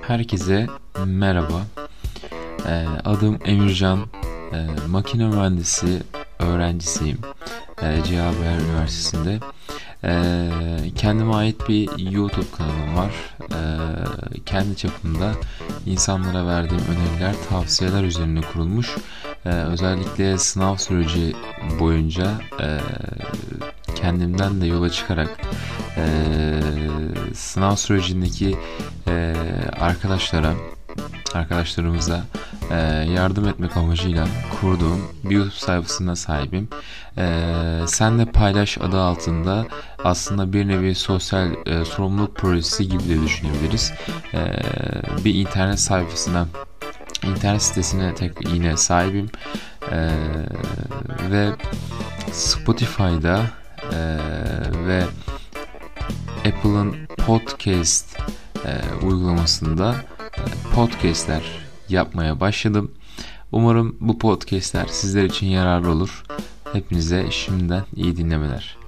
Herkese merhaba. Adım Emircan. Makine mühendisi öğrencisiyim. Cevabir Üniversitesi'nde. Kendime ait bir YouTube kanalım var. Kendi çapımda insanlara verdiğim öneriler, tavsiyeler üzerine kurulmuş. Özellikle sınav süreci boyunca kendimden de yola çıkarak sınav sürecindeki arkadaşlarımıza yardım etmek amacıyla kurduğum bir YouTube sayfasına sahibim. Sen de Paylaş adı altında aslında bir nevi sosyal sorumluluk projesi gibi de düşünebiliriz. Bir internet sitesine yine sahibim. Ve Spotify'da ve Apple'ın podcast uygulamasında podcastler yapmaya başladım. Umarım bu podcastler sizler için yararlı olur. Hepinize şimdiden iyi dinlemeler.